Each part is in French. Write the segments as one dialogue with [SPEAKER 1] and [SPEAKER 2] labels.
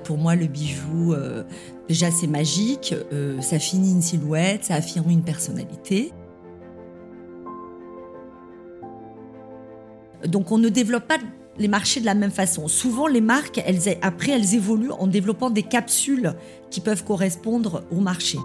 [SPEAKER 1] Pour moi, le bijou, déjà c'est magique, ça finit une silhouette, ça affirme une personnalité. Donc on ne développe pas les marchés de la même façon. Souvent, les marques, elles évoluent en développant des capsules qui peuvent correspondre au marché.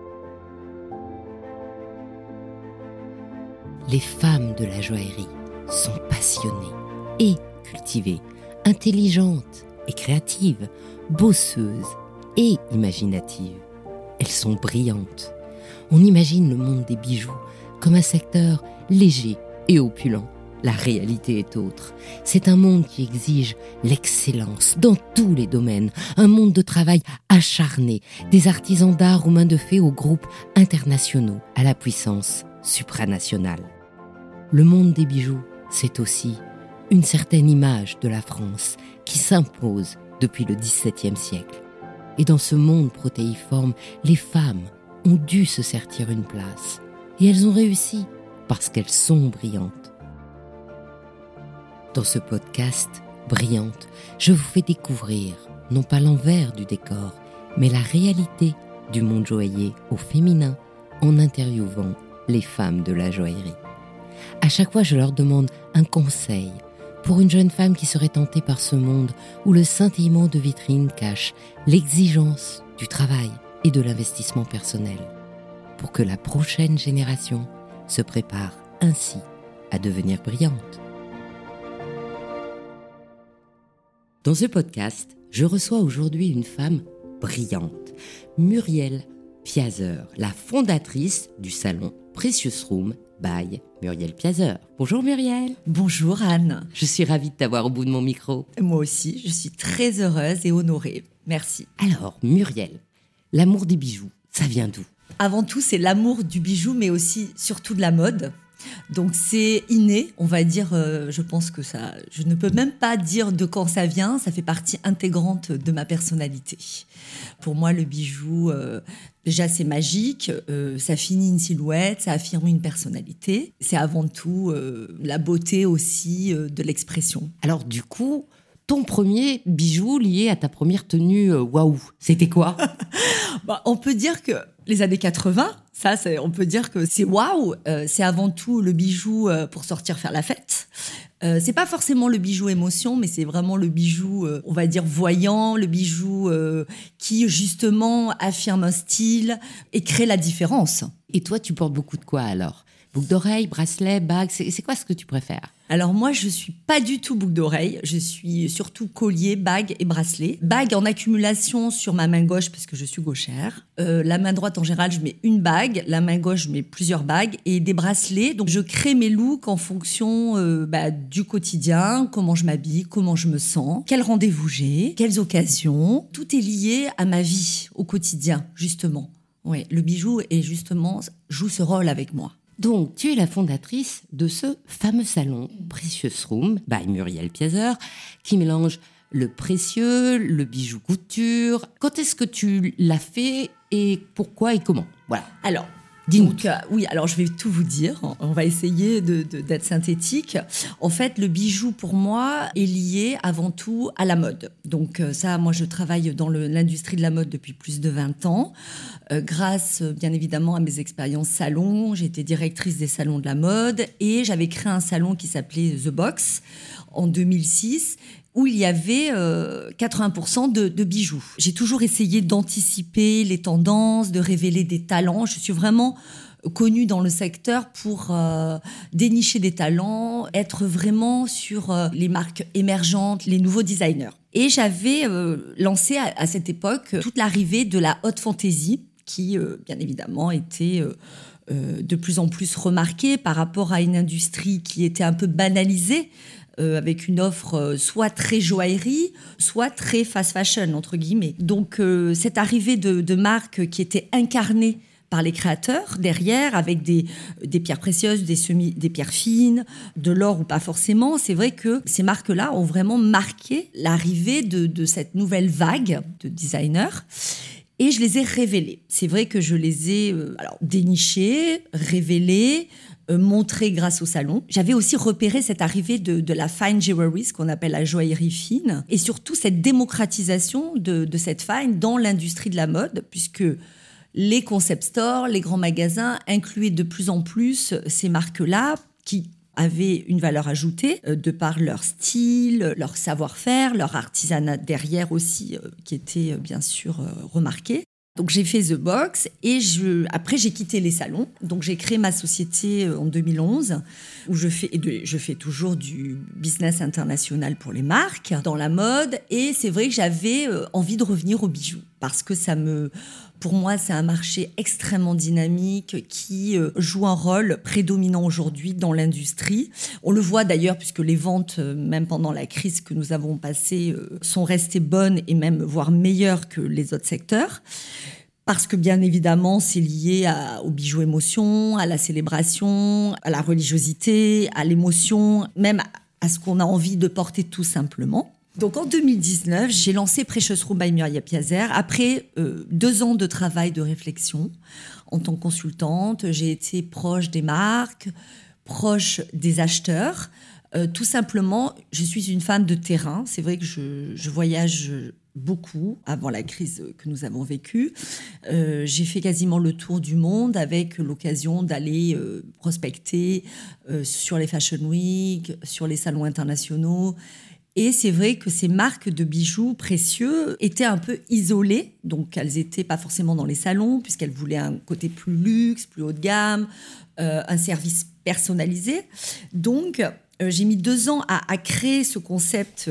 [SPEAKER 2] Les femmes de la joaillerie sont passionnées et cultivées, intelligentes et créatives, bosseuses et imaginatives. Elles sont brillantes. On imagine le monde des bijoux comme un secteur léger et opulent. La réalité est autre. C'est un monde qui exige l'excellence dans tous les domaines, un monde de travail acharné, des artisans d'art aux mains de fée aux groupes internationaux à la puissance supranationale. Le monde des bijoux, c'est aussi une certaine image de la France qui s'impose depuis le XVIIe siècle. Et dans ce monde protéiforme, les femmes ont dû se sertir une place. Et elles ont réussi parce qu'elles sont brillantes. Dans ce podcast, Brillante, je vous fais découvrir, non pas l'envers du décor, mais la réalité du monde joaillier au féminin en interviewant les femmes de la joaillerie. À chaque fois, je leur demande un conseil pour une jeune femme qui serait tentée par ce monde où le scintillement de vitrine cache l'exigence du travail et de l'investissement personnel, pour que la prochaine génération se prépare ainsi à devenir brillante. Dans ce podcast, je reçois aujourd'hui une femme brillante, Muriel Piazeur, la fondatrice du salon Precious Room by Muriel Piazeur. Bonjour Muriel.
[SPEAKER 1] Bonjour Anne.
[SPEAKER 2] Je suis ravie de t'avoir au bout de mon micro.
[SPEAKER 1] Moi aussi, je suis très heureuse et honorée. Merci.
[SPEAKER 2] Alors Muriel, l'amour des bijoux, ça vient d'où ?
[SPEAKER 1] Avant tout, c'est l'amour du bijou, mais aussi surtout de la mode. Donc c'est inné, on va dire, je pense que ça, je ne peux même pas dire de quand ça vient, ça fait partie intégrante de ma personnalité. Pour moi, le bijou, déjà c'est magique, ça finit une silhouette, ça affirme une personnalité. C'est avant tout la beauté aussi de l'expression.
[SPEAKER 2] Alors du coup, ton premier bijou lié à ta première tenue waouh, c'était quoi ?
[SPEAKER 1] On peut dire que les années 80, on peut dire que c'est waouh, c'est avant tout le bijou pour sortir faire la fête. C'est pas forcément le bijou émotion, mais c'est vraiment le bijou, on va dire voyant, le bijou qui justement affirme un style et crée la différence.
[SPEAKER 2] Et toi, tu portes beaucoup de quoi alors ? Boucle d'oreille, bracelet, bague, c'est quoi ce que tu préfères ?
[SPEAKER 1] Alors moi, je suis pas du tout boucle d'oreille, je suis surtout collier, bague et bracelet. Bague en accumulation sur ma main gauche parce que je suis gauchère. La main droite en général, je mets une bague, la main gauche, je mets plusieurs bagues et des bracelets. Donc je crée mes looks en fonction du quotidien, comment je m'habille, comment je me sens, quels rendez-vous j'ai, quelles occasions. Tout est lié à ma vie au quotidien, justement. Ouais, le bijou joue ce rôle avec moi.
[SPEAKER 2] Donc, tu es la fondatrice de ce fameux salon Precious Room by Muriel Piazeur qui mélange le précieux, le bijou couture. Quand est-ce que tu l'as fait et pourquoi et comment ? Voilà.
[SPEAKER 1] Alors,
[SPEAKER 2] dis-nous.
[SPEAKER 1] Oui, alors je vais tout vous dire. On va essayer d'être synthétique. En fait, le bijou, pour moi, est lié avant tout à la mode. Donc ça, moi, je travaille dans l'industrie de la mode depuis plus de 20 ans. Grâce, bien évidemment, à mes expériences salon, j'étais directrice des salons de la mode et j'avais créé un salon qui s'appelait The Box en 2006 où il y avait 80% de bijoux. J'ai toujours essayé d'anticiper les tendances, de révéler des talents. Je suis vraiment connue dans le secteur pour dénicher des talents, être vraiment sur les marques émergentes, les nouveaux designers. Et j'avais lancé à cette époque toute l'arrivée de la haute fantasy, qui, bien évidemment, était de plus en plus remarquée par rapport à une industrie qui était un peu banalisée, avec une offre soit très joaillerie, soit très fast fashion, entre guillemets. Donc, cette arrivée de marques qui étaient incarnées par les créateurs derrière, avec des pierres précieuses, des pierres fines, de l'or ou pas forcément, c'est vrai que ces marques-là ont vraiment marqué l'arrivée de cette nouvelle vague de designers. Et je les ai révélées. C'est vrai que je les ai dénichées, révélées, montrée grâce au salon. J'avais aussi repéré cette arrivée de la fine jewelry, ce qu'on appelle la joaillerie fine, et surtout cette démocratisation de cette fine dans l'industrie de la mode, puisque les concept stores, les grands magasins incluaient de plus en plus ces marques-là qui avaient une valeur ajoutée de par leur style, leur savoir-faire, leur artisanat derrière aussi, qui était bien sûr remarqué. Donc j'ai fait The Box et après j'ai quitté les salons. Donc j'ai créé ma société en 2011 où je fais toujours du business international pour les marques dans la mode. Et c'est vrai que j'avais envie de revenir aux bijoux parce que pour moi, c'est un marché extrêmement dynamique qui joue un rôle prédominant aujourd'hui dans l'industrie. On le voit d'ailleurs puisque les ventes, même pendant la crise que nous avons passée, sont restées bonnes et même voire meilleures que les autres secteurs. Parce que bien évidemment, c'est lié aux bijoux émotion, à la célébration, à la religiosité, à l'émotion, même à ce qu'on a envie de porter tout simplement. Donc en 2019, j'ai lancé Precious Room by Muriel Piazer. Après 2 ans de travail, de réflexion en tant que consultante, j'ai été proche des marques, proche des acheteurs. Tout simplement, je suis une femme de terrain. C'est vrai que je voyage beaucoup avant la crise que nous avons vécue. J'ai fait quasiment le tour du monde avec l'occasion d'aller prospecter sur les Fashion Week, sur les salons internationaux. Et c'est vrai que ces marques de bijoux précieux étaient un peu isolées. Donc, elles n'étaient pas forcément dans les salons puisqu'elles voulaient un côté plus luxe, plus haut de gamme, un service personnalisé. Donc, j'ai mis 2 ans à créer ce concept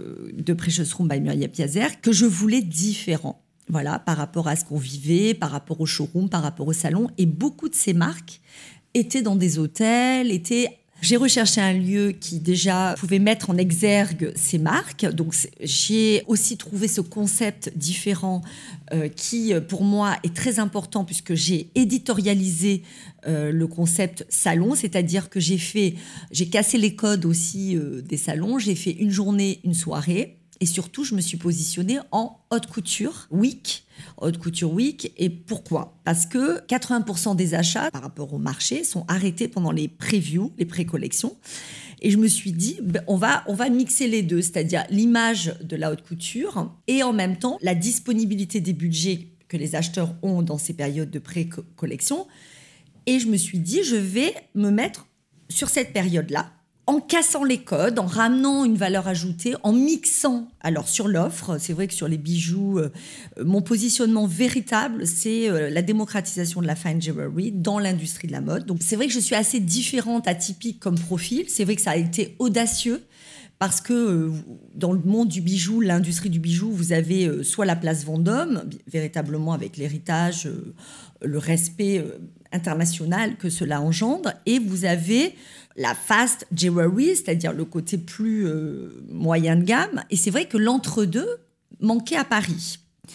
[SPEAKER 1] de Precious Room by Muriel Piazer que je voulais différent. Voilà, par rapport à ce qu'on vivait, par rapport au showroom, par rapport au salon. Et beaucoup de ces marques étaient dans des hôtels, J'ai recherché un lieu qui déjà pouvait mettre en exergue ces marques. Donc, j'ai aussi trouvé ce concept différent qui, pour moi, est très important puisque j'ai éditorialisé le concept salon. C'est-à-dire que j'ai cassé les codes aussi des salons. J'ai fait une journée, une soirée. Et surtout, je me suis positionnée en haute couture week. Haute couture week. Et pourquoi ? Parce que 80% des achats par rapport au marché sont arrêtés pendant les previews, les pré-collections. Et je me suis dit, on va mixer les deux, c'est-à-dire l'image de la haute couture et en même temps la disponibilité des budgets que les acheteurs ont dans ces périodes de pré-collection. Et je me suis dit, je vais me mettre sur cette période-là, en cassant les codes, en ramenant une valeur ajoutée, en mixant. Alors sur l'offre, c'est vrai que sur les bijoux, mon positionnement véritable, c'est la démocratisation de la fine jewelry dans l'industrie de la mode. Donc c'est vrai que je suis assez différente, atypique comme profil. C'est vrai que ça a été audacieux. Parce que dans le monde du bijou, l'industrie du bijou, vous avez soit la place Vendôme, véritablement avec l'héritage, le respect international que cela engendre, et vous avez la fast jewelry, c'est-à-dire le côté plus moyen de gamme. Et c'est vrai que l'entre-deux manquait à Paris.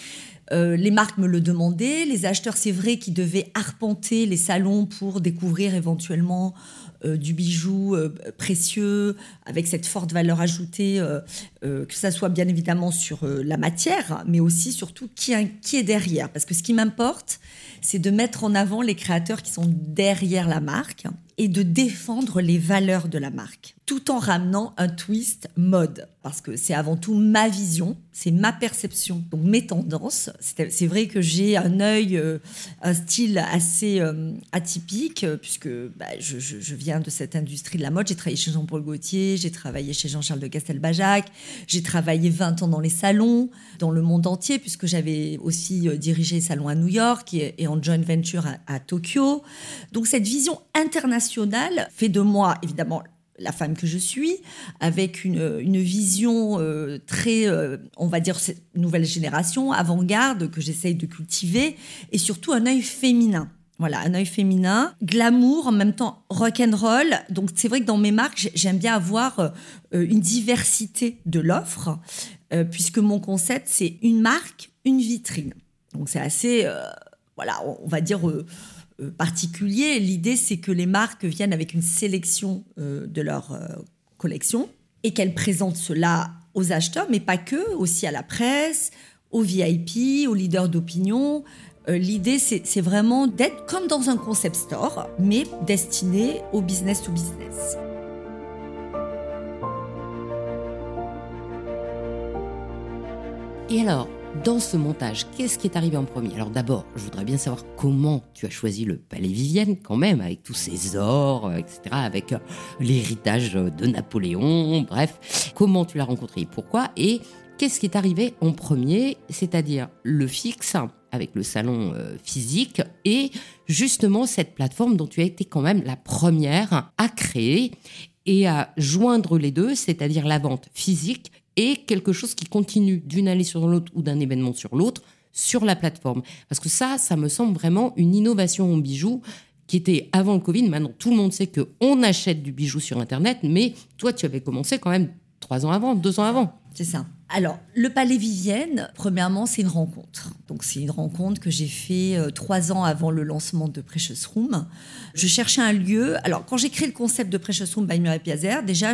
[SPEAKER 1] Les marques me le demandaient, les acheteurs, c'est vrai qu'ils devaient arpenter les salons pour découvrir éventuellement du bijou précieux, avec cette forte valeur ajoutée, que ça soit bien évidemment sur la matière, mais aussi surtout qui est derrière. Parce que ce qui m'importe, c'est de mettre en avant les créateurs qui sont derrière la marque et de défendre les valeurs de la marque, tout en ramenant un twist mode. Parce que c'est avant tout ma vision, c'est ma perception, donc mes tendances. C'est vrai que j'ai un œil, un style assez atypique, puisque je viens de cette industrie de la mode. J'ai travaillé chez Jean-Paul Gaultier, j'ai travaillé chez Jean-Charles de Castelbajac, j'ai travaillé 20 ans dans les salons, dans le monde entier, puisque j'avais aussi dirigé les salons à New York et en joint venture à Tokyo. Donc cette vision internationale fait de moi, évidemment, la femme que je suis, avec une vision très, on va dire, cette nouvelle génération, avant-garde, que j'essaye de cultiver, et surtout un œil féminin. Voilà, un œil féminin, glamour, en même temps rock'n'roll. Donc c'est vrai que dans mes marques, j'aime bien avoir une diversité de l'offre, puisque mon concept, c'est une marque, une vitrine. Donc c'est assez, voilà, on va dire... particulier. L'idée, c'est que les marques viennent avec une sélection de leur collection et qu'elles présentent cela aux acheteurs, mais pas que, aussi à la presse, aux VIP, aux leaders d'opinion, L'idée, c'est vraiment d'être comme dans un concept store, mais destiné au business to business.
[SPEAKER 2] Et alors, dans ce montage, qu'est-ce qui est arrivé en premier ? Alors d'abord, je voudrais bien savoir comment tu as choisi le Palais Vivienne, quand même, avec tous ces ors, etc., avec l'héritage de Napoléon, bref. Comment tu l'as rencontré et pourquoi ? Et qu'est-ce qui est arrivé en premier ? C'est-à-dire le fixe, avec le salon physique, et justement cette plateforme dont tu as été quand même la première à créer et à joindre les deux, c'est-à-dire la vente physique et quelque chose qui continue d'une allée sur l'autre ou d'un événement sur l'autre sur la plateforme. Parce que ça me semble vraiment une innovation en bijoux qui était avant le Covid. Maintenant, tout le monde sait qu'on achète du bijou sur Internet, mais toi, tu avais commencé quand même 2 ans avant.
[SPEAKER 1] C'est ça. Alors, le Palais Vivienne, premièrement, c'est une rencontre. Donc, c'est une rencontre que j'ai fait 3 ans avant le lancement de Precious Room. Je cherchais un lieu. Alors, quand j'ai créé le concept de Precious Room by Muriel Piazer, déjà,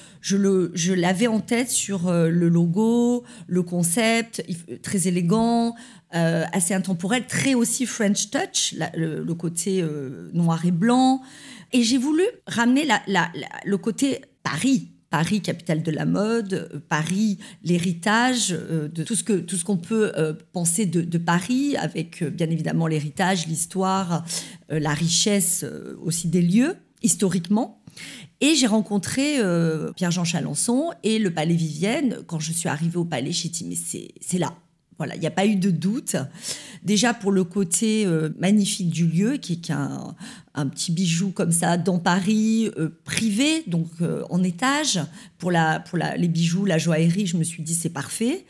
[SPEAKER 1] je l'avais en tête sur le logo, le concept, très élégant, assez intemporel, très aussi French touch, le côté noir et blanc. Et j'ai voulu ramener le côté Paris, capitale de la mode, Paris, l'héritage de tout ce qu'on peut penser de Paris, avec bien évidemment l'héritage, l'histoire, la richesse aussi des lieux, historiquement. Et j'ai rencontré Pierre-Jean Chalençon et le Palais Vivienne. Quand je suis arrivée au Palais, j'ai dit, mais c'est là. Voilà, il n'y a pas eu de doute. Déjà pour le côté magnifique du lieu, qui est un petit bijou comme ça dans Paris, privé, donc en étage. Pour les bijoux, la joaillerie, je me suis dit c'est parfait.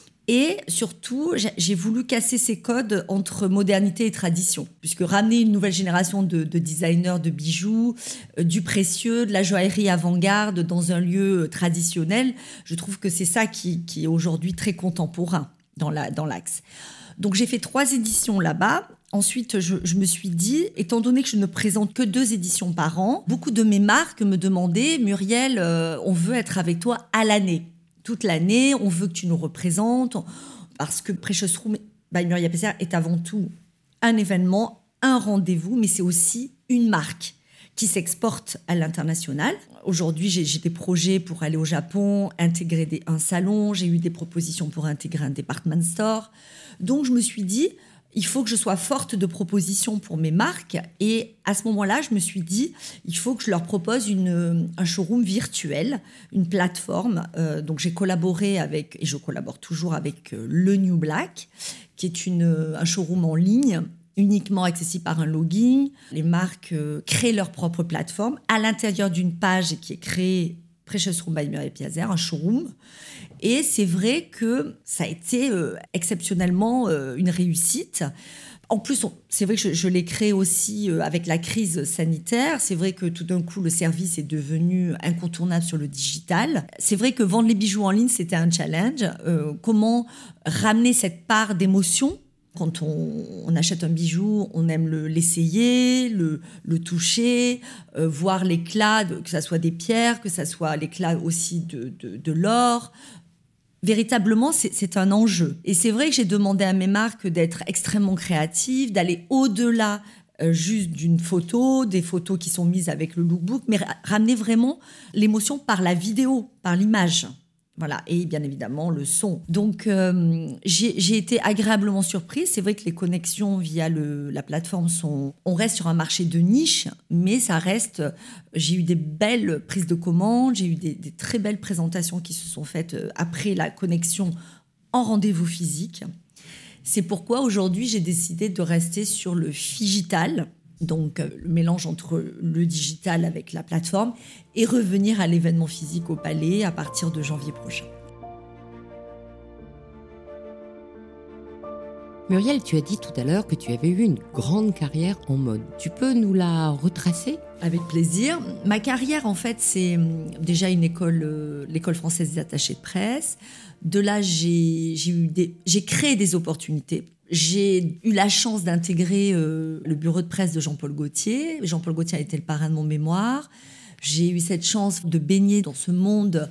[SPEAKER 1] Et surtout, j'ai voulu casser ces codes entre modernité et tradition, puisque ramener une nouvelle génération de designers de bijoux, du précieux, de la joaillerie avant-garde dans un lieu traditionnel, je trouve que c'est ça qui est aujourd'hui très contemporain dans l'axe. Donc j'ai fait 3 éditions là-bas. Ensuite, je me suis dit, étant donné que je ne présente que 2 éditions par an, beaucoup de mes marques me demandaient, Muriel, on veut être avec toi à l'année. Toute l'année, on veut que tu nous représentes, parce que Precious Room by Muriel Piazer est avant tout un événement, un rendez-vous, mais c'est aussi une marque qui s'exporte à l'international. Aujourd'hui, j'ai des projets pour aller au Japon, intégrer un salon, j'ai eu des propositions pour intégrer un department store. Donc, je me suis dit, il faut que je sois forte de propositions pour mes marques. Et à ce moment-là, je me suis dit, il faut que je leur propose un showroom virtuel, une plateforme. Donc, j'ai collaboré avec, et je collabore toujours avec le New Black, qui est un showroom en ligne, uniquement accessible par un login. Les marques créent leur propre plateforme à l'intérieur d'une page qui est créée Precious Room by Muriel Piazer, un showroom. Et c'est vrai que ça a été exceptionnellement une réussite. En plus, c'est vrai que je l'ai créé aussi avec la crise sanitaire. C'est vrai que tout d'un coup, le service est devenu incontournable sur le digital. C'est vrai que vendre les bijoux en ligne, c'était un challenge. Comment ramener cette part d'émotion ? Quand on achète un bijou, on aime l'essayer, le toucher, voir l'éclat, que ça soit des pierres, que ça soit l'éclat aussi de l'or. Véritablement, c'est un enjeu. Et c'est vrai que j'ai demandé à mes marques d'être extrêmement créatives, d'aller au-delà juste d'une photo, des photos qui sont mises avec le lookbook, mais ramener vraiment l'émotion par la vidéo, par l'image. Voilà, et bien évidemment le son. Donc j'ai été agréablement surprise. C'est vrai que les connexions via la plateforme on reste sur un marché de niche, mais ça reste. J'ai eu des belles prises de commandes, j'ai eu des très belles présentations qui se sont faites après la connexion en rendez-vous physique. C'est pourquoi aujourd'hui j'ai décidé de rester sur le phygital. Donc, le mélange entre le digital avec la plateforme et revenir à l'événement physique au Palais à partir de janvier prochain.
[SPEAKER 2] Muriel, tu as dit tout à l'heure que tu avais eu une grande carrière en mode. Tu peux nous la retracer ?
[SPEAKER 1] Avec plaisir. Ma carrière, en fait, c'est déjà l'école française des attachés de presse. De là, j'ai créé des opportunités. J'ai eu la chance d'intégrer le bureau de presse de Jean-Paul Gaultier. Jean-Paul Gaultier a été le parrain de mon mémoire. J'ai eu cette chance de baigner dans ce monde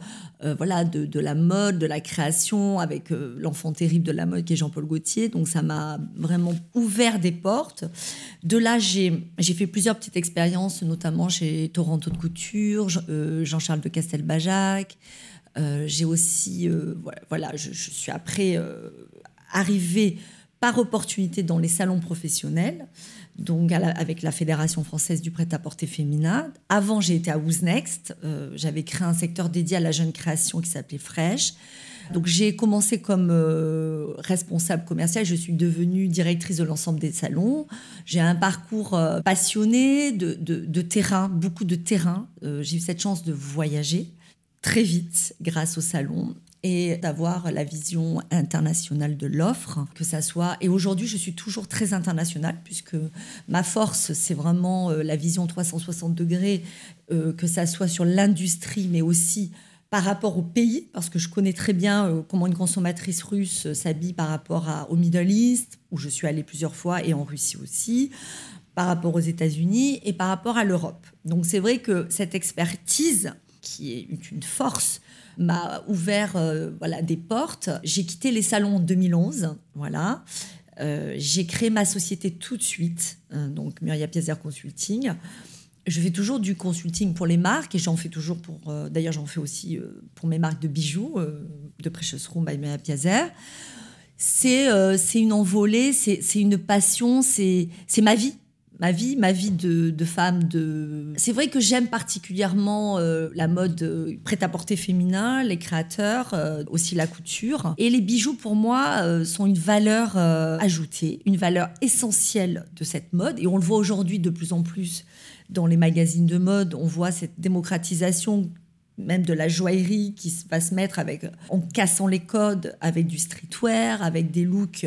[SPEAKER 1] de la mode, de la création, avec l'enfant terrible de la mode qui est Jean-Paul Gaultier. Donc ça m'a vraiment ouvert des portes. De là, j'ai fait plusieurs petites expériences, notamment chez Toronto de Couture, Jean-Charles de Castelbajac. J'ai aussi, je suis après arrivée par opportunité dans les salons professionnels, donc avec la Fédération française du prêt-à-porter féminin. Avant, j'ai été à Who's Next. J'avais créé un secteur dédié à la jeune création qui s'appelait Fresh. Donc, j'ai commencé comme responsable commerciale. Je suis devenue directrice de l'ensemble des salons. J'ai un parcours passionné de terrain, beaucoup de terrain. J'ai eu cette chance de voyager très vite grâce au salon et d'avoir la vision internationale de l'offre, que ça soit... Et aujourd'hui, je suis toujours très internationale, puisque ma force, c'est vraiment la vision 360 degrés, que ça soit sur l'industrie, mais aussi par rapport au pays, parce que je connais très bien comment une consommatrice russe s'habille par rapport au Middle East, où je suis allée plusieurs fois, et en Russie aussi, par rapport aux États-Unis et par rapport à l'Europe. Donc c'est vrai que cette expertise, qui est une force, m'a ouvert des portes. J'ai quitté les salons en 2011. Voilà. J'ai créé ma société tout de suite, donc Muriel Piazer Consulting. Je fais toujours du consulting pour les marques et j'en fais toujours d'ailleurs, j'en fais aussi pour mes marques de bijoux, de Precious Room by Muriel Piazer. C'est une envolée, c'est une passion, c'est ma vie. Ma vie de femme. C'est vrai que j'aime particulièrement la mode prêt-à-porter féminin, les créateurs, aussi la couture. Et les bijoux, pour moi, sont une valeur ajoutée, une valeur essentielle de cette mode. Et on le voit aujourd'hui de plus en plus dans les magazines de mode. On voit cette démocratisation même de la joaillerie qui va se mettre en cassant les codes avec du streetwear, avec des looks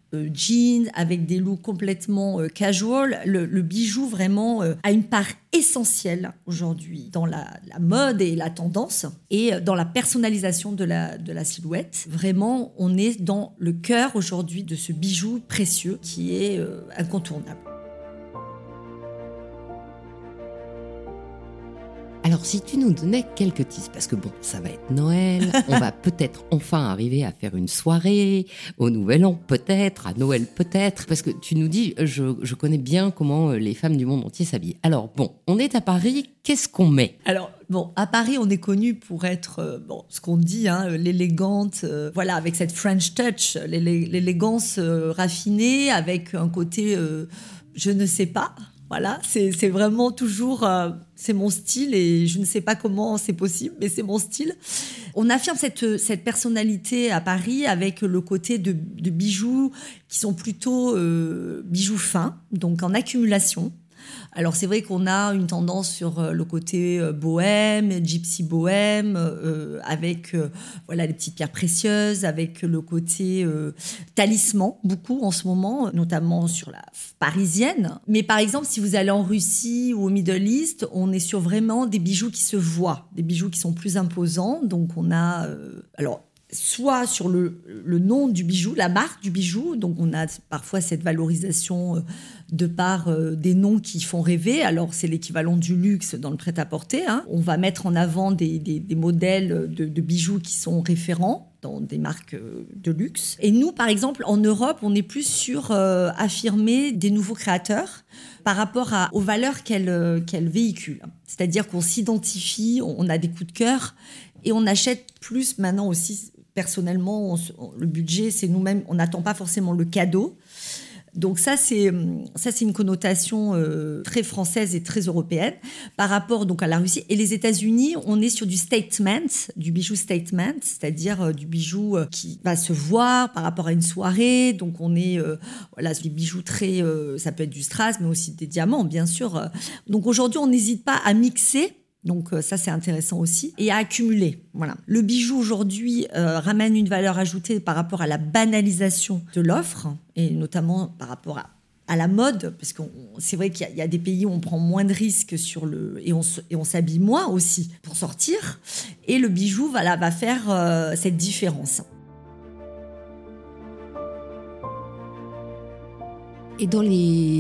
[SPEAKER 1] jeans, avec des looks complètement casual. Le bijou vraiment a une part essentielle aujourd'hui dans la mode et la tendance et dans la personnalisation de la silhouette. Vraiment, on est dans le cœur aujourd'hui de ce bijou précieux qui est incontournable.
[SPEAKER 2] Alors, si tu nous donnais quelques tips, parce que bon, ça va être Noël, on va peut-être enfin arriver à faire une soirée, au Nouvel An peut-être, à Noël peut-être, parce que tu nous dis, je connais bien comment les femmes du monde entier s'habillent. Alors bon, on est à Paris, qu'est-ce qu'on met ?
[SPEAKER 1] Alors bon, à Paris, on est connu pour être, ce qu'on dit, l'élégante, avec cette French touch, l'élégance raffinée, avec un côté, je ne sais pas. Voilà, c'est vraiment toujours, c'est mon style et je ne sais pas comment c'est possible, mais c'est mon style. On affirme cette personnalité à Paris avec le côté de bijoux qui sont plutôt bijoux fins, donc en accumulation. Alors c'est vrai qu'on a une tendance sur le côté bohème, gypsy bohème, avec les petites pierres précieuses, avec le côté talisman, beaucoup en ce moment, notamment sur la parisienne. Mais par exemple, si vous allez en Russie ou au Middle East, on est sur vraiment des bijoux qui se voient, des bijoux qui sont plus imposants. Donc on a... soit sur le nom du bijou, la marque du bijou, donc on a parfois cette valorisation de par des noms qui font rêver. Alors c'est l'équivalent du luxe dans le prêt-à-porter. On va mettre en avant des modèles de bijoux qui sont référents dans des marques de luxe. Et nous, par exemple, en Europe, on est plus sur affirmer des nouveaux créateurs par rapport aux valeurs qu'elles véhiculent. C'est-à-dire qu'on s'identifie, on a des coups de cœur et on achète plus maintenant aussi. Personnellement, le budget, c'est nous-mêmes, on n'attend pas forcément le cadeau. Donc ça, c'est une connotation très française et très européenne par rapport donc à la Russie. Et les États-Unis, on est sur du statement, du bijou statement, c'est-à-dire du bijou qui va se voir par rapport à une soirée. Donc on est sur des bijoux très... ça peut être du strass, mais aussi des diamants, bien sûr. Donc aujourd'hui, on n'hésite pas à mixer. Donc ça, c'est intéressant aussi. Et à accumuler. Voilà. Le bijou, aujourd'hui, ramène une valeur ajoutée par rapport à la banalisation de l'offre, et notamment par rapport à la mode, parce que c'est vrai qu'il y a des pays où on prend moins de risques et on s'habille moins aussi pour sortir. Et le bijou va faire cette différence.
[SPEAKER 2] Et dans les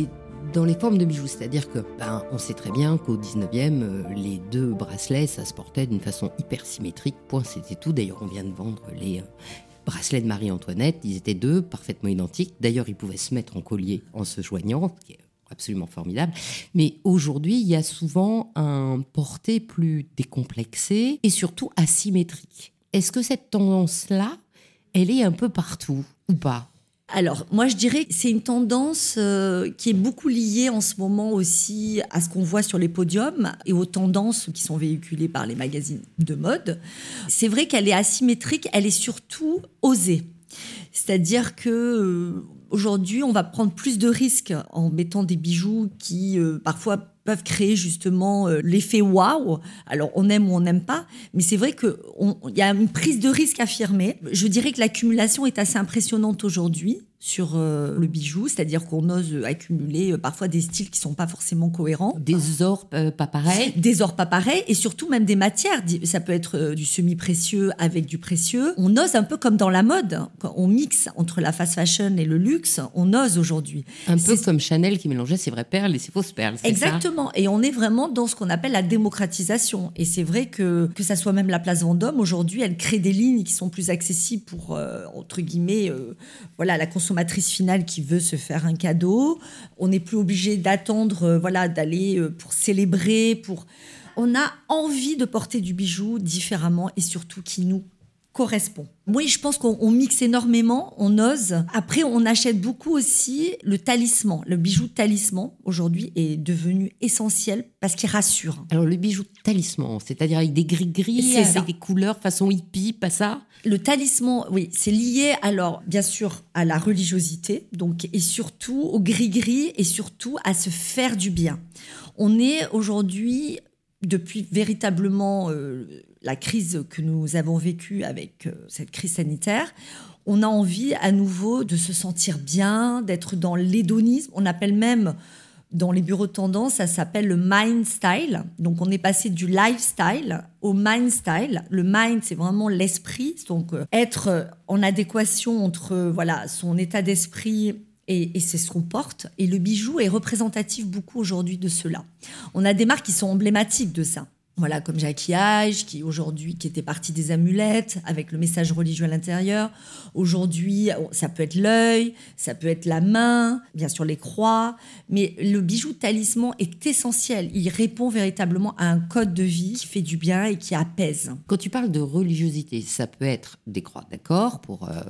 [SPEAKER 2] dans les formes de bijoux. C'est-à-dire que, on sait très bien qu'au 19e, les 2 bracelets, ça se portait d'une façon hyper symétrique. Point, c'était tout. D'ailleurs, on vient de vendre les bracelets de Marie-Antoinette. Ils étaient 2, parfaitement identiques. D'ailleurs, ils pouvaient se mettre en collier en se joignant, ce qui est absolument formidable. Mais aujourd'hui, il y a souvent un porté plus décomplexé et surtout asymétrique. Est-ce que cette tendance-là, elle est un peu partout ou pas ?
[SPEAKER 1] Alors, moi, je dirais que c'est une tendance qui est beaucoup liée en ce moment aussi à ce qu'on voit sur les podiums et aux tendances qui sont véhiculées par les magazines de mode. C'est vrai qu'elle est asymétrique, elle est surtout osée. C'est-à-dire que aujourd'hui, on va prendre plus de risques en mettant des bijoux qui, parfois, peuvent créer justement l'effet waouh. Alors, on aime ou on n'aime pas, mais c'est vrai qu'il y a une prise de risque affirmée. Je dirais que l'accumulation est assez impressionnante aujourd'hui sur le bijou, c'est-à-dire qu'on ose accumuler parfois des styles qui sont pas forcément cohérents.
[SPEAKER 2] Des ors pas pareils.
[SPEAKER 1] Des ors pas pareils, et surtout même des matières. Ça peut être du semi-précieux avec du précieux. On ose un peu comme dans la mode. Quand on mixe entre la fast fashion et le luxe, on ose aujourd'hui.
[SPEAKER 2] Un peu comme Chanel qui mélangeait ses vraies perles et ses fausses perles.
[SPEAKER 1] Exactement. Et on est vraiment dans ce qu'on appelle la démocratisation. Et c'est vrai que ça soit même la place Vendôme, aujourd'hui, elle crée des lignes qui sont plus accessibles pour, entre guillemets, la consommatrice finale qui veut se faire un cadeau. On n'est plus obligé d'attendre, d'aller pour célébrer. On a envie de porter du bijou différemment et surtout qui nous correspond. Oui, je pense qu'on mixe énormément, on ose. Après, on achète beaucoup aussi le talisman. Le bijou talisman, aujourd'hui, est devenu essentiel parce qu'il rassure.
[SPEAKER 2] Alors, le bijou talisman, c'est-à-dire avec des gris-gris, avec des couleurs façon hippie, pas ça ?
[SPEAKER 1] Le talisman, oui, c'est lié, alors, bien sûr, à la religiosité, donc, et surtout au gris-gris, et surtout à se faire du bien. On est aujourd'hui, depuis véritablement la crise que nous avons vécue avec cette crise sanitaire, on a envie à nouveau de se sentir bien, d'être dans l'hédonisme. On appelle même, dans les bureaux de tendance, ça s'appelle le mind style. Donc, on est passé du lifestyle au mind style. Le mind, c'est vraiment l'esprit. Donc, être en adéquation entre son état d'esprit et c'est ce qu'on porte. Et le bijou est représentatif beaucoup aujourd'hui de cela. On a des marques qui sont emblématiques de ça. Voilà, comme Jackie Hive, qui était partie des amulettes, avec le message religieux à l'intérieur. Aujourd'hui, ça peut être l'œil, ça peut être la main, bien sûr les croix. Mais le bijou talisman est essentiel. Il répond véritablement à un code de vie qui fait du bien et qui apaise.
[SPEAKER 2] Quand tu parles de religiosité, ça peut être des croix, d'accord,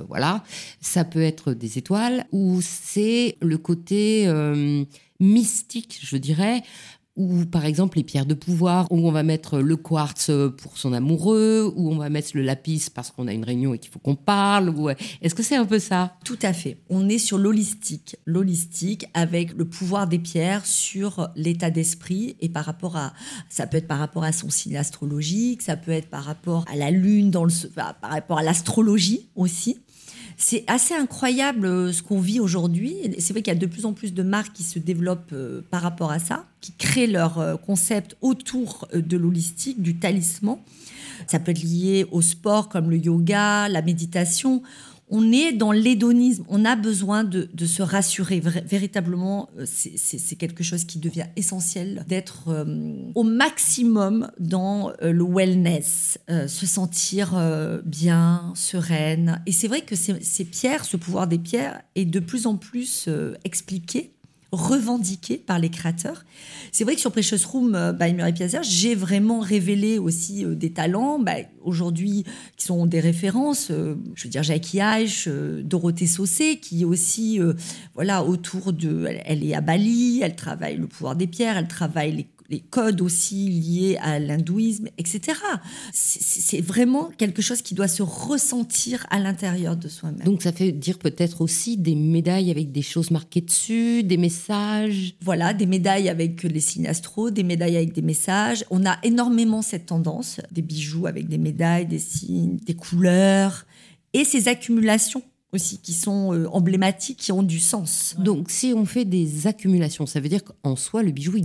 [SPEAKER 2] ça peut être des étoiles, ou c'est le côté mystique, je dirais, ou par exemple les pierres de pouvoir, où on va mettre le quartz pour son amoureux, où on va mettre le lapis parce qu'on a une réunion et qu'il faut qu'on parle. Est-ce que c'est un peu ça ?
[SPEAKER 1] Tout à fait. On est sur l'holistique avec le pouvoir des pierres sur l'état d'esprit et ça peut être par rapport à son signe astrologique, ça peut être par rapport à la lune, par rapport à l'astrologie aussi. C'est assez incroyable ce qu'on vit aujourd'hui. C'est vrai qu'il y a de plus en plus de marques qui se développent par rapport à ça, qui créent leur concept autour de l'holistique, du talisman. Ça peut être lié au sport comme le yoga, la méditation. On est dans l'hédonisme. On a besoin de se rassurer. Véritablement, c'est quelque chose qui devient essentiel, d'être au maximum dans le wellness, se sentir bien, sereine. Et c'est vrai que ces pierres, ce pouvoir des pierres est de plus en plus expliqué, revendiqué par les créateurs. C'est vrai que sur Precious Room by Muriel Piazza, j'ai vraiment révélé aussi des talents aujourd'hui qui sont des références. Je veux dire Jackie Hive, Dorothée Saucé, qui est aussi autour de... Elle est à Bali, elle travaille le pouvoir des pierres, elle travaille les codes aussi liés à l'hindouisme, etc. C'est vraiment quelque chose qui doit se ressentir à l'intérieur de soi-même.
[SPEAKER 2] Donc ça fait dire peut-être aussi des médailles avec des choses marquées dessus, des messages.
[SPEAKER 1] Voilà, des médailles avec les signes astro, des médailles avec des messages. On a énormément cette tendance, des bijoux avec des médailles, des signes, des couleurs, et ces accumulations aussi qui sont emblématiques, qui ont du sens.
[SPEAKER 2] Donc si on fait des accumulations, ça veut dire qu'en soi, le bijou, il n'est pas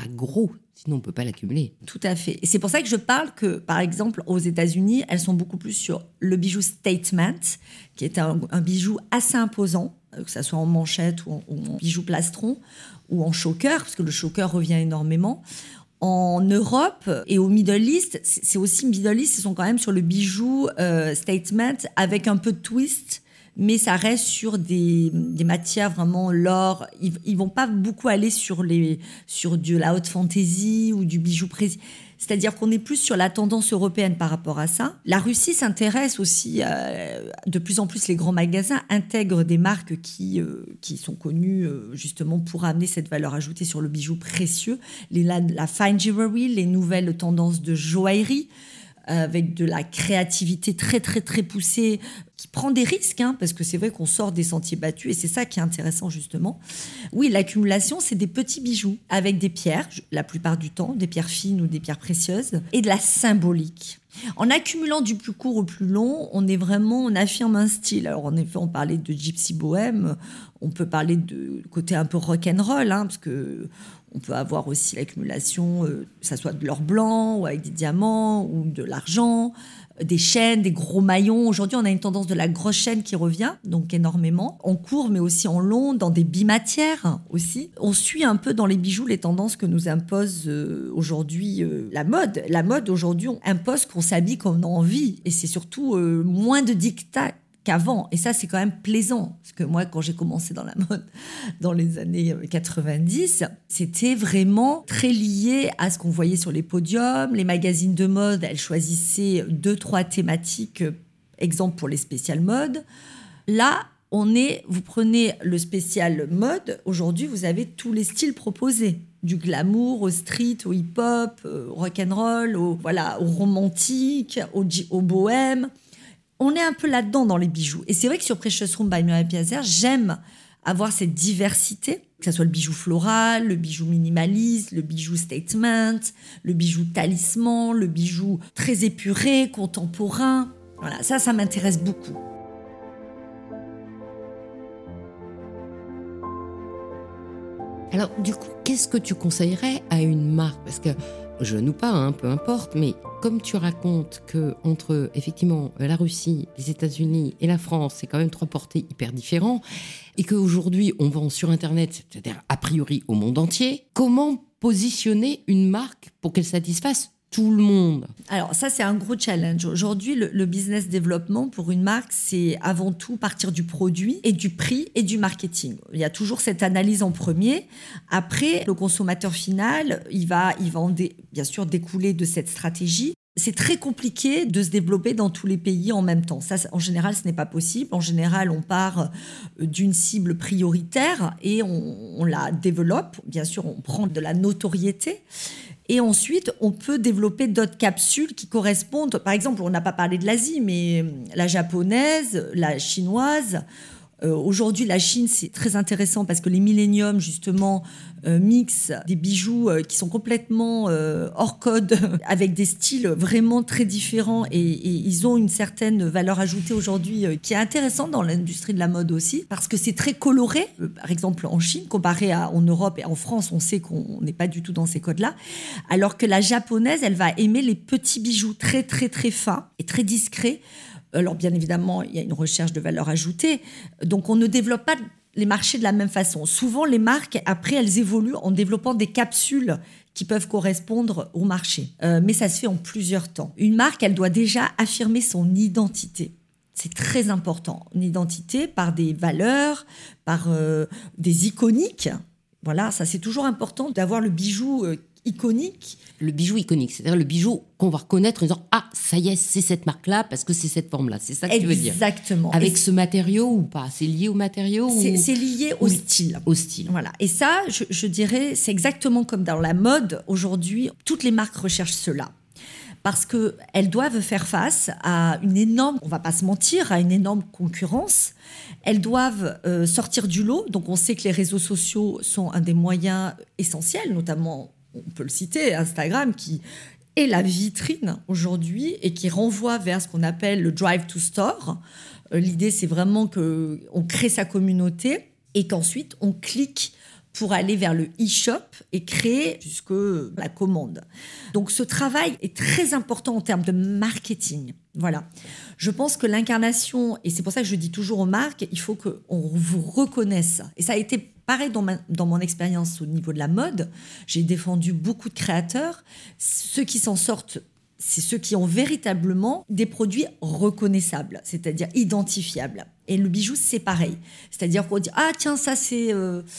[SPEAKER 2] pas gros, sinon on ne peut pas l'accumuler.
[SPEAKER 1] Tout à fait. Et c'est pour ça que je parle que, par exemple, aux États-Unis, elles sont beaucoup plus sur le bijou statement, qui est un bijou assez imposant, que ça soit en manchette ou en bijou plastron ou en choker, parce que le choker revient énormément. En Europe et au Middle East, c'est aussi Middle East, ils sont quand même sur le bijou statement avec un peu de twist, mais ça reste sur des matières vraiment l'or. Ils vont pas beaucoup aller sur de la haute fantasy ou du bijou précis. C'est-à-dire qu'on est plus sur la tendance européenne par rapport à ça. La Russie s'intéresse aussi, de plus en plus les grands magasins intègrent des marques qui sont connues justement pour amener cette valeur ajoutée sur le bijou précieux. La fine jewelry, les nouvelles tendances de joaillerie, avec de la créativité très, très, très poussée, qui prend des risques, parce que c'est vrai qu'on sort des sentiers battus, et c'est ça qui est intéressant, justement. Oui, l'accumulation, c'est des petits bijoux avec des pierres, la plupart du temps, des pierres fines ou des pierres précieuses, et de la symbolique. En accumulant du plus court au plus long, on affirme un style. Alors, en effet, on parlait de gypsy bohème, on peut parler de côté un peu rock'n'roll, parce que on peut avoir aussi l'accumulation, que ça soit de l'or blanc ou avec des diamants ou de l'argent, des chaînes, des gros maillons. Aujourd'hui, on a une tendance de la grosse chaîne qui revient, donc énormément, en court mais aussi en long, dans des bimatières aussi. On suit un peu dans les bijoux les tendances que nous impose aujourd'hui la mode. La mode aujourd'hui on impose qu'on s'habille comme on a envie, et c'est surtout moins de diktats qu'avant. Et ça, c'est quand même plaisant. Parce que moi, quand j'ai commencé dans la mode dans les années 90, c'était vraiment très lié à ce qu'on voyait sur les podiums. Les magazines de mode, elles choisissaient 2-3 thématiques, exemple pour les spéciales mode. Là, vous prenez le spécial mode, aujourd'hui, vous avez tous les styles proposés. Du glamour au street, au hip-hop, au rock'n'roll, au romantique, au bohème. On est un peu là-dedans dans les bijoux. Et c'est vrai que sur Precious Room by Muriel Piazer, j'aime avoir cette diversité, que ce soit le bijou floral, le bijou minimaliste, le bijou statement, le bijou talisman, le bijou très épuré, contemporain. Voilà, ça m'intéresse beaucoup.
[SPEAKER 2] Alors, du coup, qu'est-ce que tu conseillerais à une marque ? Parce que, jeune ou pas, peu importe, mais comme tu racontes que entre effectivement la Russie, les États-Unis et la France, c'est quand même 3 portées hyper différents, et qu'aujourd'hui on vend sur Internet, c'est-à-dire a priori au monde entier, comment positionner une marque pour qu'elle satisfasse tout le monde ?
[SPEAKER 1] Alors ça, c'est un gros challenge. Aujourd'hui, le business développement pour une marque, c'est avant tout partir du produit et du prix et du marketing. Il y a toujours cette analyse en premier. Après, le consommateur final, il va bien sûr découler de cette stratégie. C'est très compliqué de se développer dans tous les pays en même temps. Ça, en général, ce n'est pas possible. En général, on part d'une cible prioritaire et on la développe. Bien sûr, on prend de la notoriété. Et ensuite, on peut développer d'autres capsules qui correspondent. Par exemple, on n'a pas parlé de l'Asie, mais la japonaise, la chinoise. Aujourd'hui, la Chine, c'est très intéressant parce que les milléniums, justement, mixent des bijoux qui sont complètement hors code, avec des styles vraiment très différents. Et ils ont une certaine valeur ajoutée aujourd'hui qui est intéressante dans l'industrie de la mode aussi, parce que c'est très coloré. Par exemple, en Chine, comparé en Europe et en France, on sait qu'on n'est pas du tout dans ces codes-là. Alors que la japonaise, elle va aimer les petits bijoux très, très, très fins et très discrets. Alors, bien évidemment, il y a une recherche de valeur ajoutée. Donc, on ne développe pas les marchés de la même façon. Souvent, les marques, après, elles évoluent en développant des capsules qui peuvent correspondre au marché. Mais ça se fait en plusieurs temps. Une marque, elle doit déjà affirmer son identité. C'est très important. Une identité par des valeurs, par des iconiques. Voilà, ça, c'est toujours important d'avoir le bijou iconique.
[SPEAKER 2] Le bijou iconique, c'est-à-dire le bijou qu'on va reconnaître en disant « Ah, ça y est, c'est cette marque-là parce que c'est cette forme-là ». C'est ça que tu veux dire ?
[SPEAKER 1] Exactement.
[SPEAKER 2] Avec ce matériau ou pas ? C'est lié au matériau
[SPEAKER 1] c'est lié au style.
[SPEAKER 2] Au style.
[SPEAKER 1] Voilà. Et ça, je dirais, c'est exactement comme dans la mode. Aujourd'hui, toutes les marques recherchent cela. Parce qu'elles doivent faire face à une énorme, on ne va pas se mentir, à une énorme concurrence. Elles doivent sortir du lot. Donc, on sait que les réseaux sociaux sont un des moyens essentiels, notamment, on peut le citer, Instagram, qui est la vitrine aujourd'hui et qui renvoie vers ce qu'on appelle le drive to store. L'idée, c'est vraiment qu'on crée sa communauté et qu'ensuite, on clique pour aller vers le e-shop et créer jusque la commande. Donc ce travail est très important en termes de marketing. Voilà. Je pense que l'incarnation, et c'est pour ça que je dis toujours aux marques, il faut qu'on vous reconnaisse. Et ça a été pareil dans mon expérience au niveau de la mode. J'ai défendu beaucoup de créateurs. Ceux qui s'en sortent, c'est ceux qui ont véritablement des produits reconnaissables, c'est-à-dire identifiables. Et le bijou, c'est pareil. C'est-à-dire qu'on dit « Ah tiens, ça c'est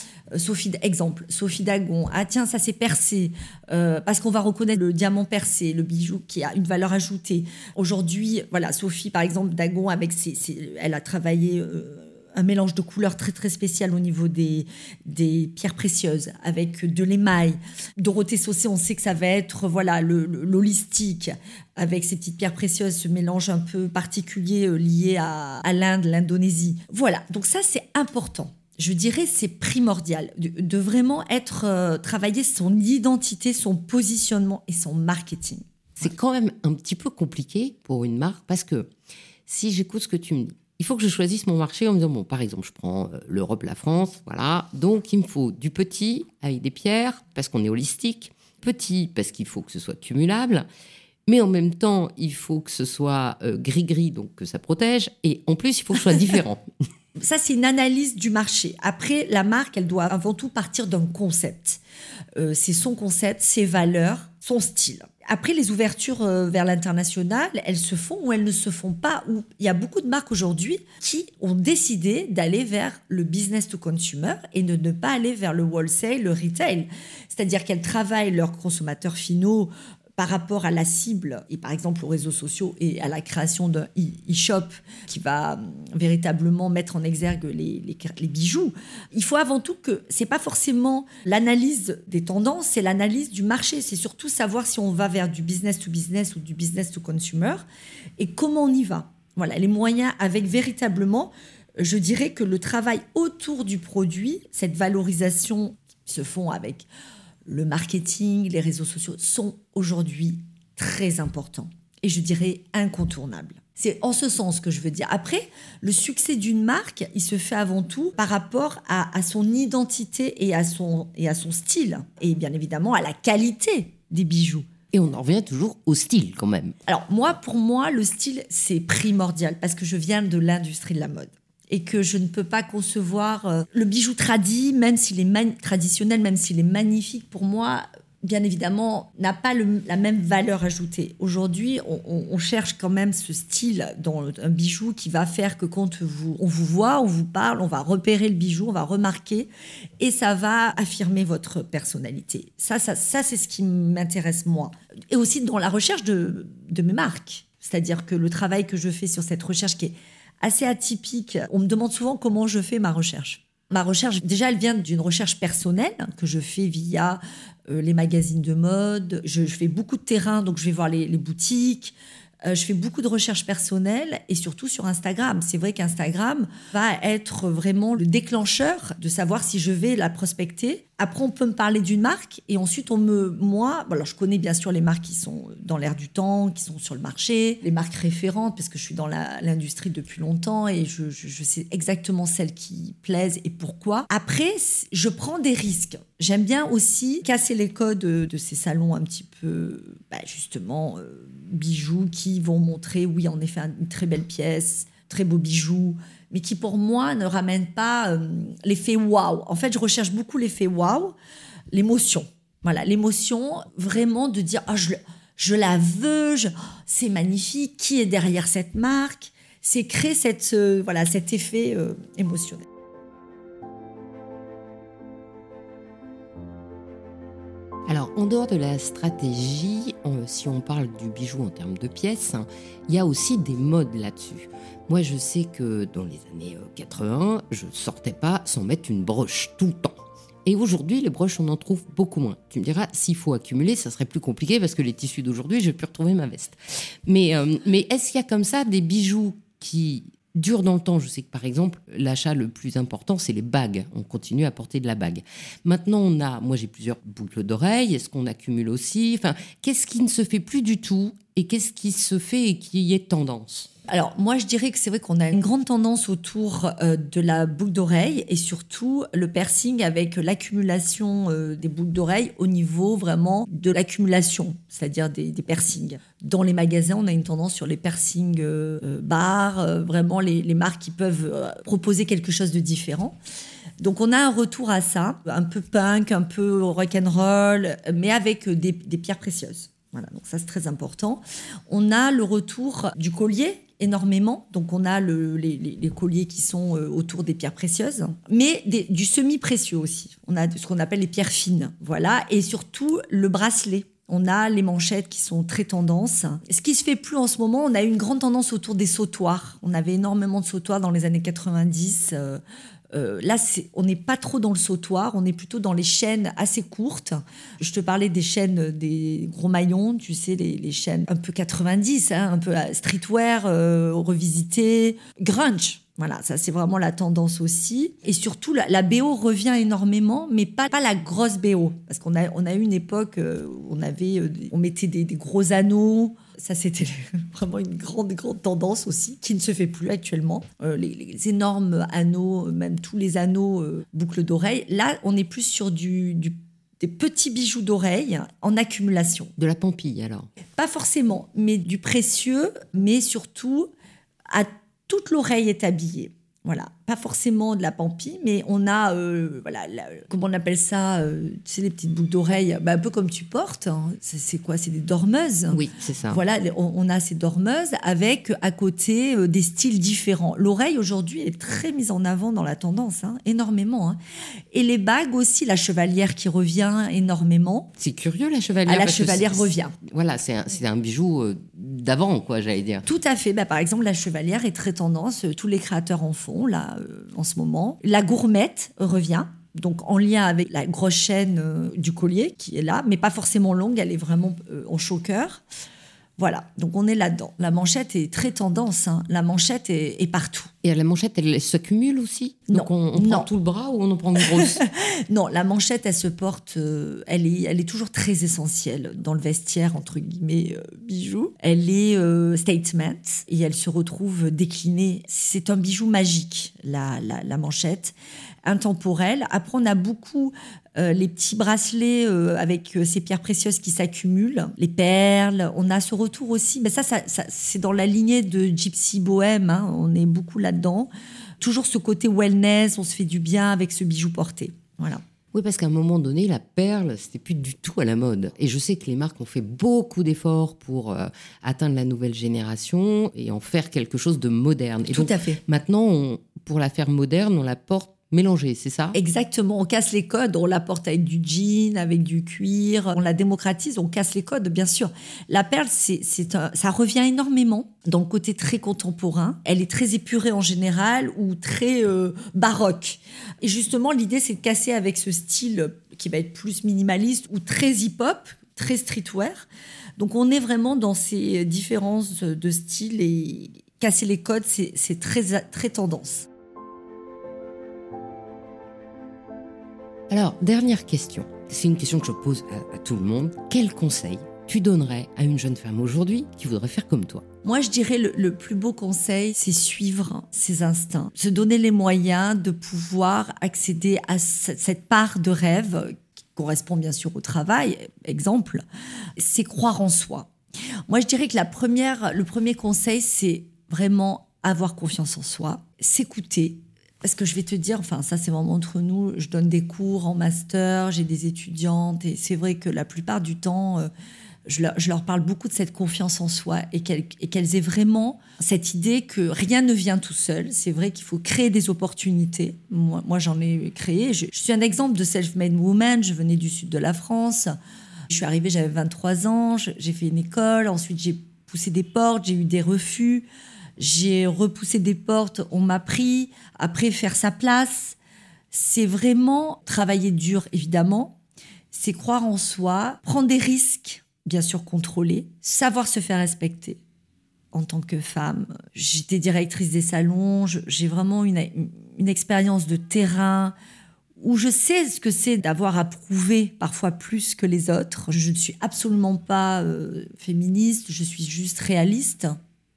[SPEAKER 1] Sophie Dagon. Ah tiens, ça c'est percé. » Parce qu'on va reconnaître le diamant percé, le bijou qui a une valeur ajoutée. Aujourd'hui, voilà, Sophie, par exemple, Dagon, elle a travaillé... un mélange de couleurs très très spécial au niveau des pierres précieuses avec de l'émail. Dorothée Saucé, on sait que ça va être l'holistique avec ces petites pierres précieuses, ce mélange un peu particulier lié à l'Inde, l'Indonésie. Voilà, donc ça c'est important. Je dirais c'est primordial de vraiment travailler son identité, son positionnement et son marketing.
[SPEAKER 2] C'est quand même un petit peu compliqué pour une marque parce que si j'écoute ce que tu me dis, il faut que je choisisse mon marché en me disant, bon, par exemple, je prends l'Europe, la France, voilà. Donc, il me faut du petit avec des pierres, parce qu'on est holistique. Petit, parce qu'il faut que ce soit cumulable. Mais en même temps, il faut que ce soit gris-gris, donc que ça protège. Et en plus, il faut que ce soit différent.
[SPEAKER 1] Ça, c'est une analyse du marché. Après, la marque, elle doit avant tout partir d'un concept. C'est son concept, ses valeurs, son style. Après, les ouvertures vers l'international, elles se font ou elles ne se font pas. Il y a beaucoup de marques aujourd'hui qui ont décidé d'aller vers le business to consumer et de ne pas aller vers le wholesale, le retail. C'est-à-dire qu'elles travaillent leurs consommateurs finaux par rapport à la cible et par exemple aux réseaux sociaux et à la création d'un e-shop qui va véritablement mettre en exergue les bijoux. Il faut avant tout que c'est pas forcément l'analyse des tendances, c'est l'analyse du marché. C'est surtout savoir si on va vers du business to business ou du business to consumer et comment on y va. Voilà, les moyens avec véritablement, je dirais que le travail autour du produit, cette valorisation qui se font avec le marketing, les réseaux sociaux sont aujourd'hui très importants et je dirais incontournables. C'est en ce sens que je veux dire. Après, le succès d'une marque, il se fait avant tout par rapport à son identité et à son style et bien évidemment à la qualité des bijoux.
[SPEAKER 2] Et on en revient toujours au style quand même.
[SPEAKER 1] Alors pour moi, le style, c'est primordial parce que je viens de l'industrie de la mode. Et que je ne peux pas concevoir le bijou tradit, même s'il est traditionnel, même s'il est magnifique, pour moi, bien évidemment, n'a pas la même valeur ajoutée. Aujourd'hui, on cherche quand même ce style dans un bijou qui va faire que quand on vous voit, on vous parle, on va repérer le bijou, on va remarquer, et ça va affirmer votre personnalité. Ça c'est ce qui m'intéresse moi. Et aussi dans la recherche de mes marques. C'est-à-dire que le travail que je fais sur cette recherche qui est assez atypique. On me demande souvent comment je fais ma recherche. Ma recherche, déjà, elle vient d'une recherche personnelle que je fais via les magazines de mode. Je fais beaucoup de terrain, donc je vais voir les boutiques. Je fais beaucoup de recherches personnelles et surtout sur Instagram. C'est vrai qu'Instagram va être vraiment le déclencheur de savoir si je vais la prospecter. Après, on peut me parler d'une marque et ensuite, alors je connais bien sûr les marques qui sont dans l'air du temps, qui sont sur le marché, les marques référentes parce que je suis dans l'industrie depuis longtemps et je sais exactement celles qui plaisent et pourquoi. Après, je prends des risques. J'aime bien aussi casser les codes de ces salons un petit peu, justement, bijoux qui vont montrer, oui, en effet, une très belle pièce, très beau bijou, mais qui, pour moi, ne ramène pas l'effet waouh. En fait, je recherche beaucoup l'effet waouh, l'émotion. Voilà, l'émotion, vraiment de dire, je la veux, c'est magnifique, qui est derrière cette marque? C'est créer cet effet émotionnel.
[SPEAKER 2] Alors, en dehors de la stratégie, si on parle du bijou en termes de pièces, il y a aussi des modes là-dessus. Moi, je sais que dans les années 80, je ne sortais pas sans mettre une broche tout le temps. Et aujourd'hui, les broches, on en trouve beaucoup moins. Tu me diras, s'il faut accumuler, ça serait plus compliqué parce que les tissus d'aujourd'hui, je vais plus retrouver ma veste. Mais est-ce qu'il y a comme ça des bijoux qui durent dans le temps? Je sais que, par exemple, l'achat le plus important, c'est les bagues. On continue à porter de la bague. Maintenant, moi, j'ai plusieurs boucles d'oreilles. Est-ce qu'on accumule aussi? Enfin, qu'est-ce qui ne se fait plus du tout et qu'est-ce qui se fait et qui est tendance?
[SPEAKER 1] Alors, moi, je dirais que c'est vrai qu'on a une grande tendance autour de la boucle d'oreille et surtout le piercing avec l'accumulation des boucles d'oreille au niveau vraiment de l'accumulation, c'est-à-dire des piercings. Dans les magasins, on a une tendance sur les piercings bars, vraiment les marques qui peuvent proposer quelque chose de différent. Donc, on a un retour à ça, un peu punk, un peu rock'n'roll, mais avec des pierres précieuses. Voilà, donc ça, c'est très important. On a le retour du collier, énormément. Donc, on a les colliers qui sont autour des pierres précieuses, mais du semi-précieux aussi. On a ce qu'on appelle les pierres fines. Voilà, et surtout le bracelet. On a les manchettes qui sont très tendance. Ce qui se fait plus en ce moment, on a eu une grande tendance autour des sautoirs. On avait énormément de sautoirs dans les années 90. Là, on n'est pas trop dans le sautoir, on est plutôt dans les chaînes assez courtes. Je te parlais des chaînes, des gros maillons, tu sais, les chaînes un peu 90, un peu streetwear, revisité, grunge. Voilà, ça c'est vraiment la tendance aussi. Et surtout, la BO revient énormément, mais pas la grosse BO. Parce qu'on a eu une époque où on mettait des gros anneaux. Ça, c'était vraiment une grande tendance aussi, qui ne se fait plus actuellement. Les énormes anneaux, même tous les anneaux boucles d'oreilles. Là, on est plus sur des petits bijoux d'oreille en accumulation.
[SPEAKER 2] De la pampille, alors?
[SPEAKER 1] Pas forcément, mais du précieux, mais surtout, toute l'oreille est habillée. Voilà, pas forcément de la pampille, mais on a, comment on appelle ça, tu sais, les petites boucles d'oreilles, un peu comme tu portes. Hein. C'est quoi? C'est des dormeuses.
[SPEAKER 2] Oui, c'est ça.
[SPEAKER 1] Voilà, on a ces dormeuses avec à côté des styles différents. L'oreille aujourd'hui est très mise en avant dans la tendance, énormément. Et les bagues aussi, la chevalière qui revient énormément.
[SPEAKER 2] C'est curieux, la chevalière.
[SPEAKER 1] La chevalière revient.
[SPEAKER 2] Voilà, c'est un bijou d'avant, quoi, j'allais dire.
[SPEAKER 1] Tout à fait. Par exemple, la chevalière est très tendance. Tous les créateurs en font, là, en ce moment. La gourmette revient. Donc, en lien avec la grosse chaîne du collier qui est là, mais pas forcément longue. Elle est vraiment en choker. Voilà, donc on est là-dedans. La manchette est très tendance. La manchette est partout.
[SPEAKER 2] Et la manchette, elle s'accumule aussi?
[SPEAKER 1] Non.
[SPEAKER 2] Donc on prend tout le bras ou on en prend une grosse?
[SPEAKER 1] Non, la manchette, elle se porte... elle est toujours très essentielle dans le vestiaire, entre guillemets, bijou. Elle est statement et elle se retrouve déclinée. C'est un bijou magique, la manchette, intemporelle. Après, on a beaucoup... les petits bracelets avec ces pierres précieuses qui s'accumulent, les perles, on a ce retour aussi, mais ça c'est dans la lignée de Gypsy Bohème, on est beaucoup là-dedans. Toujours ce côté wellness, on se fait du bien avec ce bijou porté. Voilà.
[SPEAKER 2] Oui, parce qu'à un moment donné, la perle, c'était plus du tout à la mode. Et je sais que les marques ont fait beaucoup d'efforts pour atteindre la nouvelle génération et en faire quelque chose de moderne. Et
[SPEAKER 1] tout
[SPEAKER 2] donc,
[SPEAKER 1] à fait.
[SPEAKER 2] Maintenant, pour la faire moderne, on la porte mélangée, c'est ça?
[SPEAKER 1] Exactement, on casse les codes, on la porte avec du jean, avec du cuir, on la démocratise, on casse les codes, bien sûr. La perle, ça revient énormément dans le côté très contemporain. Elle est très épurée en général ou très baroque. Et justement, l'idée, c'est de casser avec ce style qui va être plus minimaliste ou très hip-hop, très streetwear. Donc, on est vraiment dans ces différences de style et casser les codes, c'est très, très tendance.
[SPEAKER 2] Alors, dernière question. C'est une question que je pose à tout le monde. Quel conseil tu donnerais à une jeune femme aujourd'hui qui voudrait faire comme toi?
[SPEAKER 1] Moi, je dirais le plus beau conseil, c'est suivre ses instincts. Se donner les moyens de pouvoir accéder à cette part de rêve qui correspond bien sûr au travail. Exemple, c'est croire en soi. Moi, je dirais que le premier conseil, c'est vraiment avoir confiance en soi, s'écouter. Parce que je vais te dire, ça c'est vraiment entre nous, je donne des cours en master, j'ai des étudiantes et c'est vrai que la plupart du temps, je leur parle beaucoup de cette confiance en soi et qu'elles aient vraiment cette idée que rien ne vient tout seul. C'est vrai qu'il faut créer des opportunités. Moi j'en ai créé. Je suis un exemple de self-made woman, je venais du sud de la France. Je suis arrivée, j'avais 23 ans, j'ai fait une école, ensuite j'ai poussé des portes, j'ai eu des refus. J'ai repoussé des portes, on m'a pris. Après, faire sa place, c'est vraiment travailler dur, évidemment. C'est croire en soi, prendre des risques, bien sûr contrôlés, savoir se faire respecter en tant que femme. J'étais directrice des salons, j'ai vraiment une expérience de terrain où je sais ce que c'est d'avoir à prouver parfois plus que les autres. Je ne suis absolument pas féministe, je suis juste réaliste.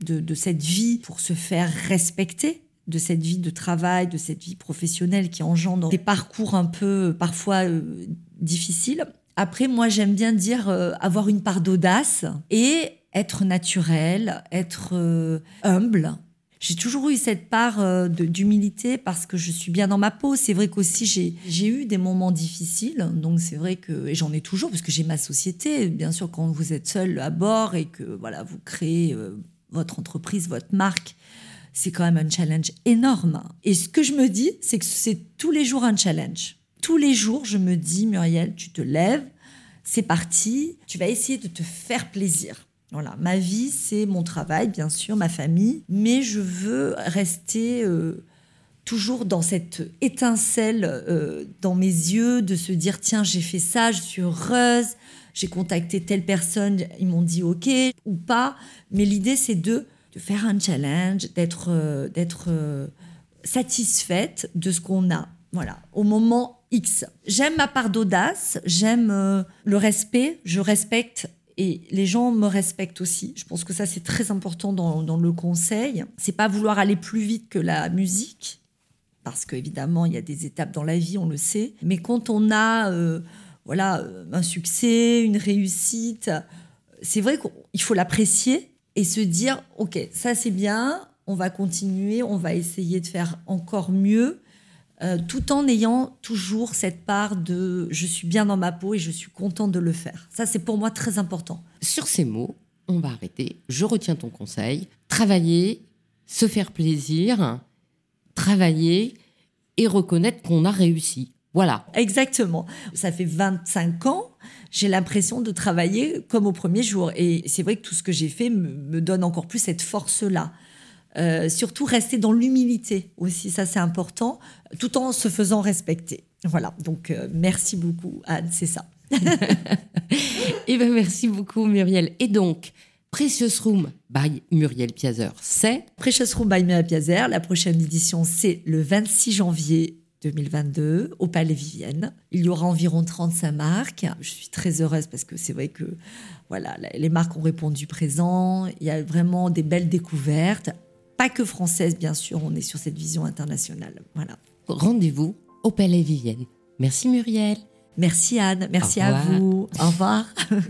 [SPEAKER 1] de cette vie pour se faire respecter, de cette vie de travail, de cette vie professionnelle qui engendre des parcours un peu parfois difficiles. Après, moi, j'aime bien dire avoir une part d'audace et être naturel, être humble. J'ai toujours eu cette part d'humilité parce que je suis bien dans ma peau. C'est vrai qu'aussi, j'ai eu des moments difficiles. Donc, c'est vrai que, et j'en ai toujours, parce que j'ai ma société. Bien sûr, quand vous êtes seul à bord et que voilà, vous créez votre entreprise, votre marque, c'est quand même un challenge énorme. Et ce que je me dis, c'est que c'est tous les jours un challenge. Tous les jours, je me dis, Muriel, tu te lèves, c'est parti, tu vas essayer de te faire plaisir. Voilà, ma vie, c'est mon travail, bien sûr, ma famille, mais je veux rester toujours dans cette étincelle dans mes yeux, de se dire, tiens, j'ai fait ça, je suis heureuse, j'ai contacté telle personne, ils m'ont dit OK ou pas, mais l'idée, c'est de faire un challenge, d'être satisfaite de ce qu'on a, voilà, au moment X. J'aime ma part d'audace, j'aime le respect, je respecte et les gens me respectent aussi. Je pense que ça, c'est très important dans le conseil. C'est pas vouloir aller plus vite que la musique, parce qu'évidemment, il y a des étapes dans la vie, on le sait. Mais quand on a un succès, une réussite, c'est vrai qu'il faut l'apprécier et se dire, OK, ça c'est bien, on va continuer, on va essayer de faire encore mieux, tout en ayant toujours cette part de « je suis bien dans ma peau et je suis contente de le faire ». Ça, c'est pour moi très important.
[SPEAKER 2] Sur ces mots, on va arrêter. Je retiens ton conseil. Travailler, se faire plaisir, travailler et reconnaître qu'on a réussi. Voilà.
[SPEAKER 1] Exactement. Ça fait 25 ans, j'ai l'impression de travailler comme au premier jour. Et c'est vrai que tout ce que j'ai fait me donne encore plus cette force-là. Surtout rester dans l'humilité aussi, ça c'est important, tout en se faisant respecter. Voilà, donc merci beaucoup Anne, c'est ça.
[SPEAKER 2] Eh bien merci beaucoup Muriel. Et donc, Precious Room by Muriel Piazeur, c'est
[SPEAKER 1] Precious Room by Muriel Piazeur, la prochaine édition c'est le 26 janvier 2022 au Palais Vivienne. Il y aura environ 35 marques. Je suis très heureuse parce que c'est vrai que voilà, les marques ont répondu présent, il y a vraiment des belles découvertes. Pas que française, bien sûr, on est sur cette vision internationale. Voilà.
[SPEAKER 2] Rendez-vous au Palais Vivienne. Merci Muriel.
[SPEAKER 1] Merci Anne, merci à vous. Au revoir.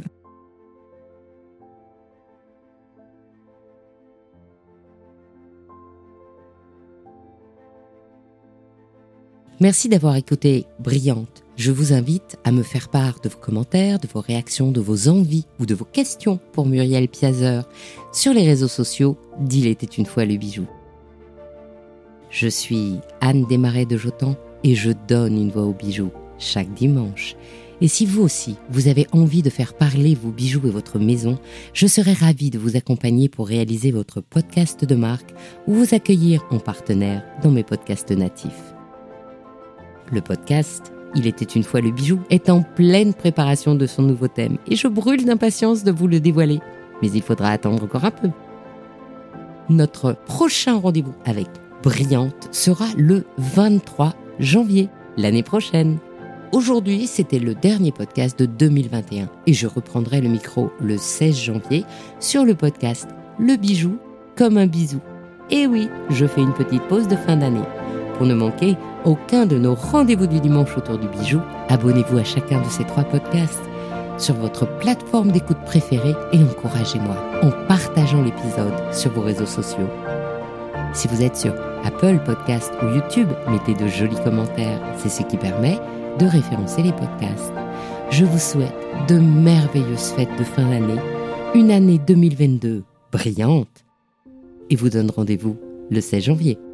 [SPEAKER 2] Merci d'avoir écouté Brillante. Je vous invite à me faire part de vos commentaires, de vos réactions, de vos envies ou de vos questions pour Muriel Piazeur sur les réseaux sociaux d'Il était une fois le bijou. Je suis Anne Desmarais de Jotan et je donne une voix aux bijoux chaque dimanche. Et si vous aussi, vous avez envie de faire parler vos bijoux et votre maison, je serai ravie de vous accompagner pour réaliser votre podcast de marque ou vous accueillir en partenaire dans mes podcasts natifs. Le podcast Il était une fois le bijou est en pleine préparation de son nouveau thème et je brûle d'impatience de vous le dévoiler. Mais il faudra attendre encore un peu. Notre prochain rendez-vous avec Brillante sera le 23 janvier, l'année prochaine. Aujourd'hui, c'était le dernier podcast de 2021 et je reprendrai le micro le 16 janvier sur le podcast Le bijou comme un bisou. Et oui, je fais une petite pause de fin d'année. Pour ne manquer aucun de nos rendez-vous du dimanche autour du bijou, abonnez-vous à chacun de ces 3 podcasts sur votre plateforme d'écoute préférée et encouragez-moi en partageant l'épisode sur vos réseaux sociaux. Si vous êtes sur Apple Podcast ou YouTube, mettez de jolis commentaires, c'est ce qui permet de référencer les podcasts. Je vous souhaite de merveilleuses fêtes de fin d'année, une année 2022 brillante, et vous donne rendez-vous le 16 janvier.